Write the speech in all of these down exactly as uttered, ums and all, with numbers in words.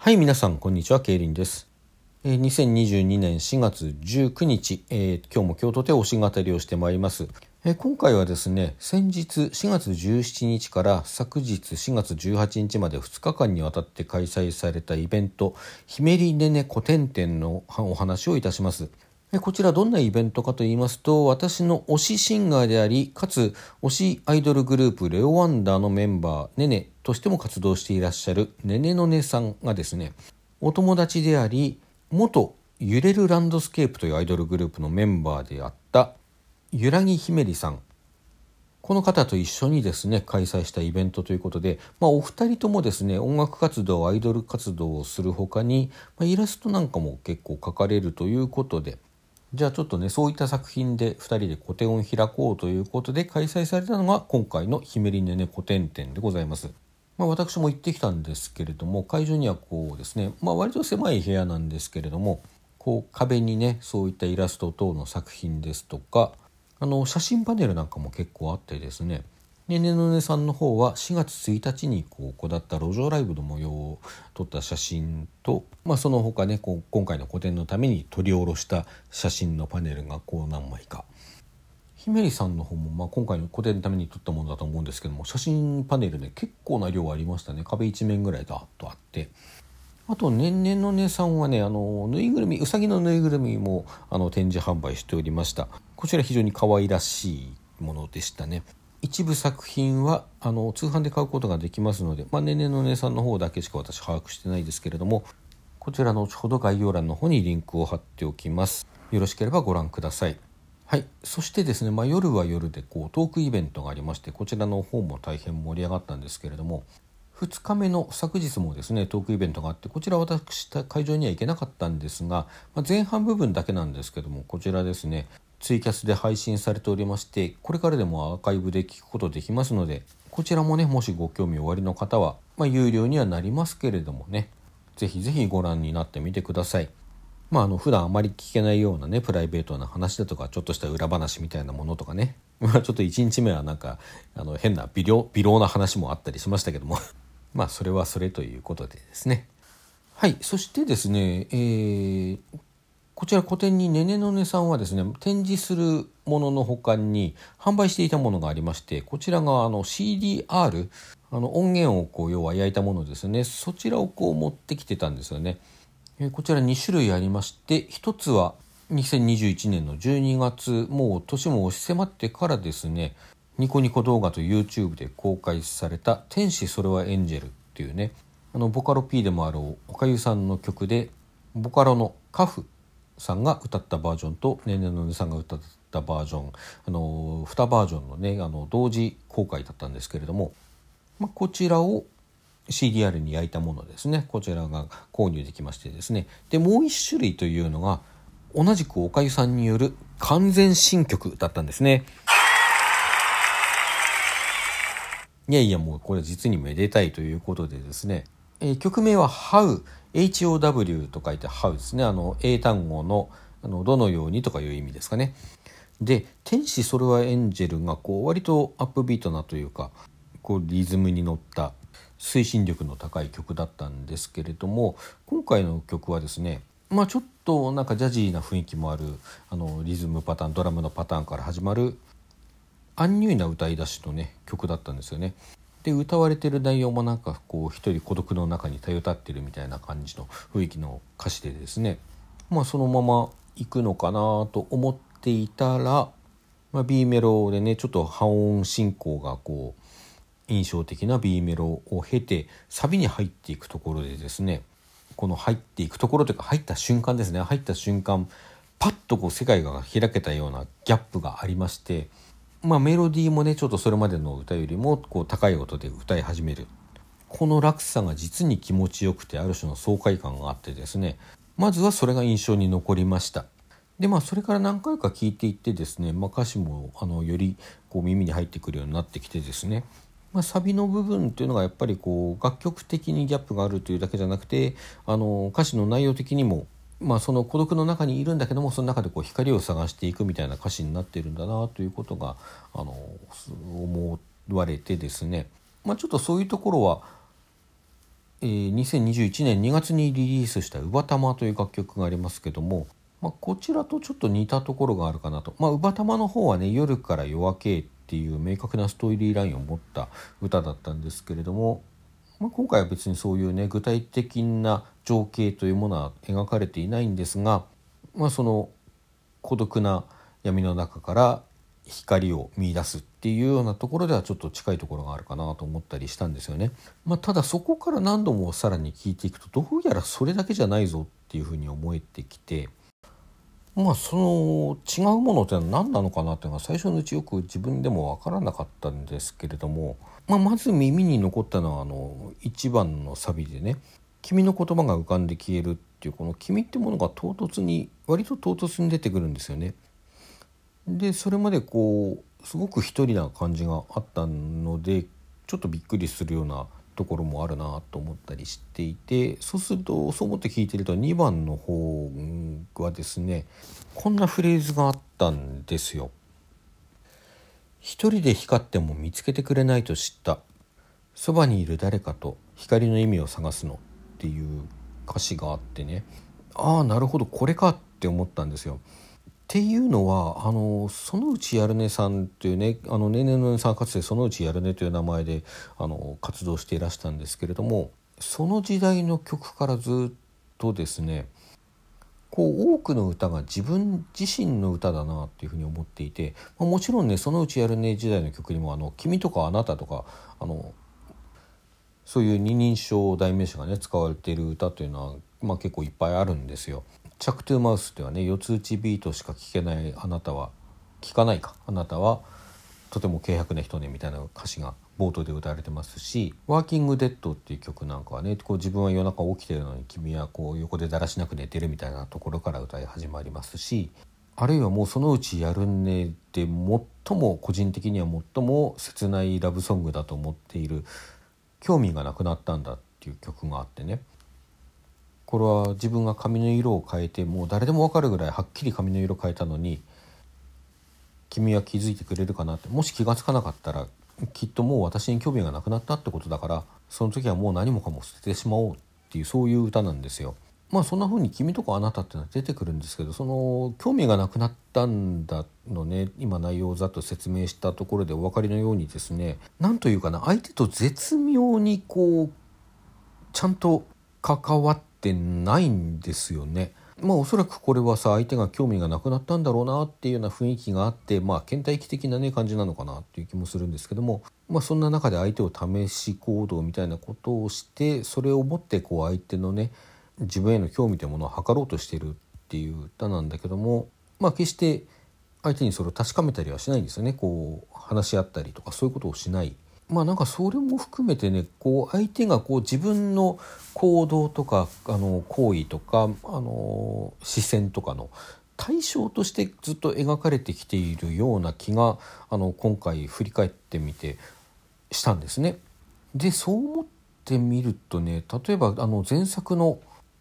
はい、皆さんこんにちは、ケイリンです。えー、にせんにじゅうにねんしがつじゅうくにち、えー、今日も京都で推し語りをしてまいります。えー、今回はですね、先日しがつじゅうしちにちから昨日しがつじゅうはちにちまでふつかかんにわたって開催されたイベント、ひめりねねこてんてんのお話をいたします。こちらどんなイベントかと言いますと、私の推しシンガーであり、かつ推しアイドルグループレオワンダーのメンバーねねとしても活動していらっしゃるねねのねさんがですね、お友達であり、元揺れるランドスケープというアイドルグループのメンバーであったゆらぎひめりさん、この方と一緒にですね開催したイベントということで、まあ、お二人ともですね音楽活動アイドル活動をするほかに、まあ、イラストなんかも結構描かれるということで、じゃあちょっとねそういった作品でふたりで個展を開こうということで開催されたのが今回のひめりねねこてんてんでございます。まあ、私も行ってきたんですけれども、会場にはこうですね、まあ、割と狭い部屋なんですけれども、こう壁にねそういったイラスト等の作品ですとか、あの写真パネルなんかも結構あってですね、ねねのねさんの方はしがつついたちにこうこだった路上ライブの模様を撮った写真と、まあ、その他ねこう今回の個展のために取り下ろした写真のパネルがこう何枚か、ひめりさんの方もまあ今回の個展のために撮ったものだと思うんですけども、写真パネルね結構な量ありましたね。壁一面ぐらいダーッとあって、あとねんねのねさんはねあのぬいぐるみうさぎのぬいぐるみもあの展示販売しておりました。こちら非常に可愛らしいものでしたね。一部作品はあの通販で買うことができますので、まあ、ねんねのねさんの方だけしか私把握してないですけれども、こちらの後ほど概要欄の方にリンクを貼っておきます。よろしければご覧ください。はい、そしてですね、まあ、夜は夜でこうトークイベントがありまして、こちらの方も大変盛り上がったんですけれども、ふつかめの昨日もですねトークイベントがあって、こちら私会場には行けなかったんですが、まあ、前半部分だけなんですけども、こちらですねツイキャスで配信されておりまして、これからでもアーカイブで聞くことできますので、こちらもねもしご興味おありの方は、まあ、有料にはなりますけれどもね、ぜひぜひご覧になってみてください。まあ、あの普段あまり聞けないようなねプライベートな話だとか、ちょっとした裏話みたいなものとかね、まあちょっといちにちめはなんかあの変な微量微量な話もあったりしましたけどもまあそれはそれということでですね。はい、そしてですね、えー、こちら個展にねねのねさんはですね展示するものの他に販売していたものがありまして、こちらがあの シーディーアール、 あの音源をこう要は焼いたものですね。そちらをこう持ってきてたんですよね。こちらにしゅるいありまして、ひとつはにせんにじゅういちねんのじゅうにがつ、もう年も押し迫ってからですね、ニコニコ動画と YouTube で公開された天使それはエンジェルっていうね、あのボカロ P でもあるおかゆさんの曲で、ボカロのカフさんが歌ったバージョンとねねのねさんが歌ったバージョン、あのにバージョンのねあの同時公開だったんですけれども、まあ、こちらをシーディーアール に焼いたものですね。こちらが購入できましてですね。で、もう一種類というのが同じくおかゆさんによる完全新曲だったんですね。いやいや、もうこれ実にめでたいということでですね、えー、曲名は How、 エイチオーダブリュー と書いて How ですね。あの英単語のあのどのようにとかいう意味ですかね。で、天使それはエンジェルがこう割とアップビートなというか、こうリズムに乗った推進力の高い曲だったんですけれども、今回の曲はですね、まあちょっとなんかジャジーな雰囲気もあるあのリズムパターン、ドラムのパターンから始まるアンニュイな歌い出しのね曲だったんですよね。で、歌われてる内容もなんかこう一人孤独の中にたよたってるみたいな感じの雰囲気の歌詞でですね、まあそのまま行くのかなと思っていたら、まあ、B メロでねちょっと半音進行がこう印象的な B メロを経てサビに入っていくところでですね、この入っていくところというか入った瞬間ですね、入った瞬間パッとこう世界が開けたようなギャップがありまして、まあメロディーもねちょっとそれまでの歌よりもこう高い音で歌い始める、この落差が実に気持ちよくて、ある種の爽快感があってですね、まずはそれが印象に残りました。でまあそれから何回か聴いていってですね、まあ、歌詞もあのよりこう耳に入ってくるようになってきてですね、まあ、サビの部分っていうのがやっぱりこう楽曲的にギャップがあるというだけじゃなくて、あの歌詞の内容的にも、まあ、その孤独の中にいるんだけども、その中でこう光を探していくみたいな歌詞になっているんだなということがあの思われてですね、まあ、ちょっとそういうところはえー、にせんにじゅういちねんにがつにリリースした「うばたま」という楽曲がありますけども、まあ、こちらとちょっと似たところがあるかなと。まあ、うばたまの方はね「夜から夜明け」っていう明確なストーリーラインを持った歌だったんですけれども、まあ、今回は別にそういうね具体的な情景というものは描かれていないんですが、まあ、その孤独な闇の中から光を見出すっていうようなところではちょっと近いところがあるかなと思ったりしたんですよね。まあ、ただそこから何度もさらに聞いていくとどうやらそれだけじゃないぞっていうふうに思えてきて、まあその違うものってのは何なのかなっていうのが最初のうちよく自分でも分からなかったんですけれども、まあ、まず耳に残ったのはあのいちばんのサビでね「君の言葉が浮かんで消える」っていうこの「君」ってものが唐突に割と唐突に出てくるんですよね。でそれまでこうすごく一人な感じがあったのでちょっとびっくりするようなところもあるなと思ったりしていて、そうするとそう思って聞いてるとにばんの方はですねこんなフレーズがあったんですよ。一人で光っても見つけてくれないと知った。そばにいる誰かと光の意味を探すのっていう歌詞があってね、ああなるほどこれかって思ったんですよ。っていうのはあの園内やるねさんっていうねあのねんねのねさんかつて園内やるねという名前であの活動していらしたんですけれども、その時代の曲からずっとですねこう多くの歌が自分自身の歌だなっていうふうに思っていて、まあ、もちろんね園内やるね時代の曲にもあの君とかあなたとかあのそういう二人称代名詞がね使われている歌というのは、まあ、結構いっぱいあるんですよ。チャックトゥーマウスではね四つ打ちビートしか聴けないあなたは聴かないかあなたはとても軽薄な人ねみたいな歌詞が冒頭で歌われてますし、ワーキングデッドっていう曲なんかはねこう自分は夜中起きてるのに君はこう横でだらしなく寝てるみたいなところから歌い始まりますし、あるいはもうそのうちやるねで最も個人的には最も切ないラブソングだと思っている興味がなくなったんだっていう曲があってね、これは自分が髪の色を変えてもう誰でも分かるぐらいはっきり髪の色変えたのに君は気づいてくれるかなって、もし気がつかなかったらきっともう私に興味がなくなったってことだからその時はもう何もかも捨ててしまおうっていうそういう歌なんですよ。まあそんな風に君とかあなたっていうのは出てくるんですけど、その興味がなくなったんだのね今内容をざっと説明したところでお分かりのようにですね、なんというかな相手と絶妙にこうちゃんと関わってないんですよね。まあおそらくこれはさ相手が興味がなくなったんだろうなっていうような雰囲気があって、まあ倦怠期的なね感じなのかなっていう気もするんですけども、まあそんな中で相手を試し行動みたいなことをしてそれをもってこう相手のね自分への興味というものを測ろうとしているっていう歌なんだけども、まあ決して相手にそれを確かめたりはしないんですよね。こう話し合ったりとかそういうことをしない。まあなんかそれも含めてねこう相手がこう自分の行動とかあの行為とかあの視線とかの対象としてずっと描かれてきているような気があの今回振り返ってみてしたんですね。でそう思ってみるとね例えばあの前作の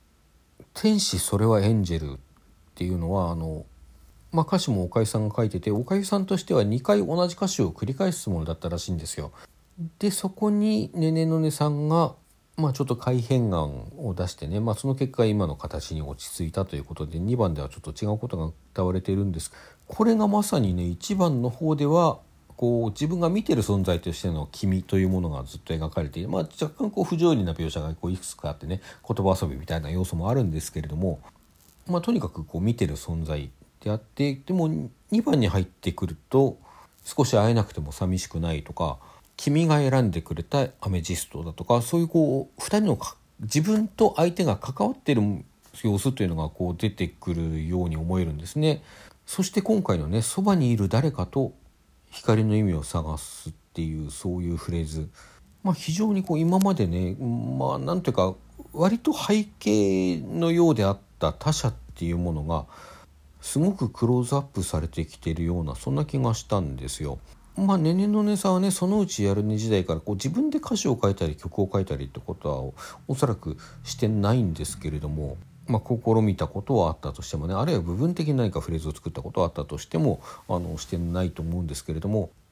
「天使それはエンジェル」っていうのはあのまあ、歌詞もおかゆさんが書いてておかゆさんとしてはにかい同じ歌詞を繰り返すものだったらしいんですよ。でそこにねねのねさんが、まあ、ちょっと改変案を出してね、まあ、その結果今の形に落ち着いたということでにばんではちょっと違うことが歌われているんです。これがまさにねいちばんの方ではこう自分が見てる存在としての君というものがずっと描かれている、まあ、若干こう不条理な描写がこういくつかあってね言葉遊びみたいな要素もあるんですけれども、まあ、とにかくこう見てる存在であって、でもにばんに入ってくると少し会えなくても寂しくないとか君が選んでくれたアメジストだとかそういうこうふたりの自分と相手が関わっている様子というのがこう出てくるように思えるんですね。そして今回のねそばにいる誰かと光の意味を探すっていうそういうフレーズ、まあ、非常にこう今までねまあなんていうか割と背景のようであった他者っていうものがすごくクローズアップされてきているようなそんな気がしたんですよ。まあねねのねさんはねそのうちやるね時代からこう自分で歌詞を書いたり曲を書いたりってことは お, おそらくしてないんですけれども、まあ、試みたことはあったとしてもねあるいは部分的に何かフレーズを作ったことはあったとしてもあのしてないと思うんですけれども、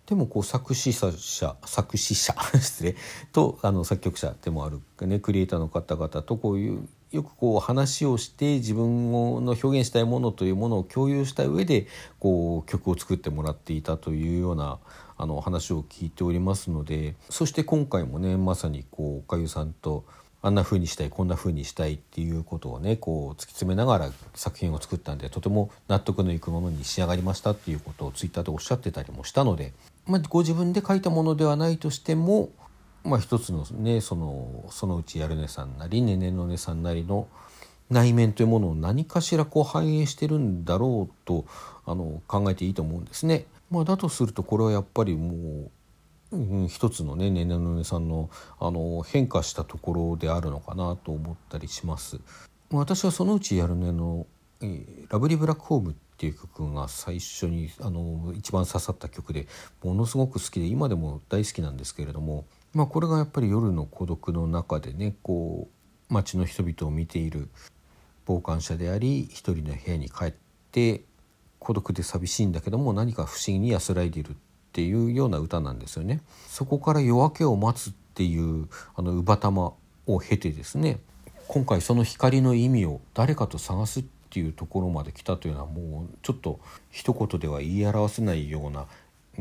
でもこう作詞者作詞者失礼とあの作曲者でもある、ね、クリエイターの方々とこういうよくこう話をして自分の表現したいものというものを共有した上でこう曲を作ってもらっていたというようなあの話を聞いておりますので、そして今回もねまさにこうおかゆさんとあんな風にしたいこんな風にしたいっていうことをねこう突き詰めながら作品を作ったんで、とても納得のいくものに仕上がりましたっていうことをツイッターでおっしゃってたりもしたので、まあ、ご自分で書いたものではないとしても、まあ、一つのねそのそのうちやるねさんなりねねのねさんなりの内面というものを何かしらこう反映してるんだろうとあの考えていいと思うんですね。まあ、だとするとこれはやっぱりもう、うん、一つのねねねのねさんの、あの変化したところであるのかなと思ったりします。私はそのうちやるねの、えー、ラブリーブラックホームっていう曲が最初にあの一番刺さった曲でものすごく好きで今でも大好きなんですけれども、まあ、これがやっぱり夜の孤独の中でねこう街の人々を見ている傍観者であり一人の部屋に帰って孤独で寂しいんだけども何か不思議に安らいでいるっていうような歌なんですよね。そこから夜明けを待つっていうあのうばたまを経てですね、今回その光の意味を誰かと探すっていうところまで来たというのはもうちょっと一言では言い表せないような、うん、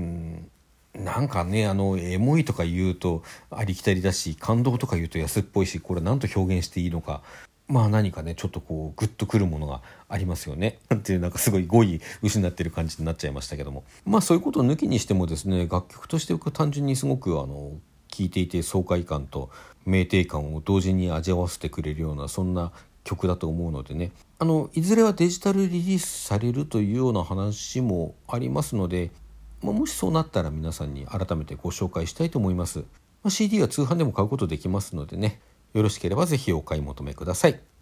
なんかねあのエモいとか言うとありきたりだし感動とか言うと安っぽいし、これ何と表現していいのか、まあ何かねちょっとこうグッとくるものがありますよねっていうなんかすごい語彙失ってる感じになっちゃいましたけども、まあそういうことを抜きにしてもですね楽曲として単純にすごくあの聴いていて爽快感と酩酊感を同時に味わわせてくれるようなそんな曲だと思うのでね、あのいずれはデジタルリリースされるというような話もありますので、まあ、もしそうなったら皆さんに改めてご紹介したいと思います。まあ、シーディー は通販でも買うことできますのでね、よろしければぜひお買い求めください。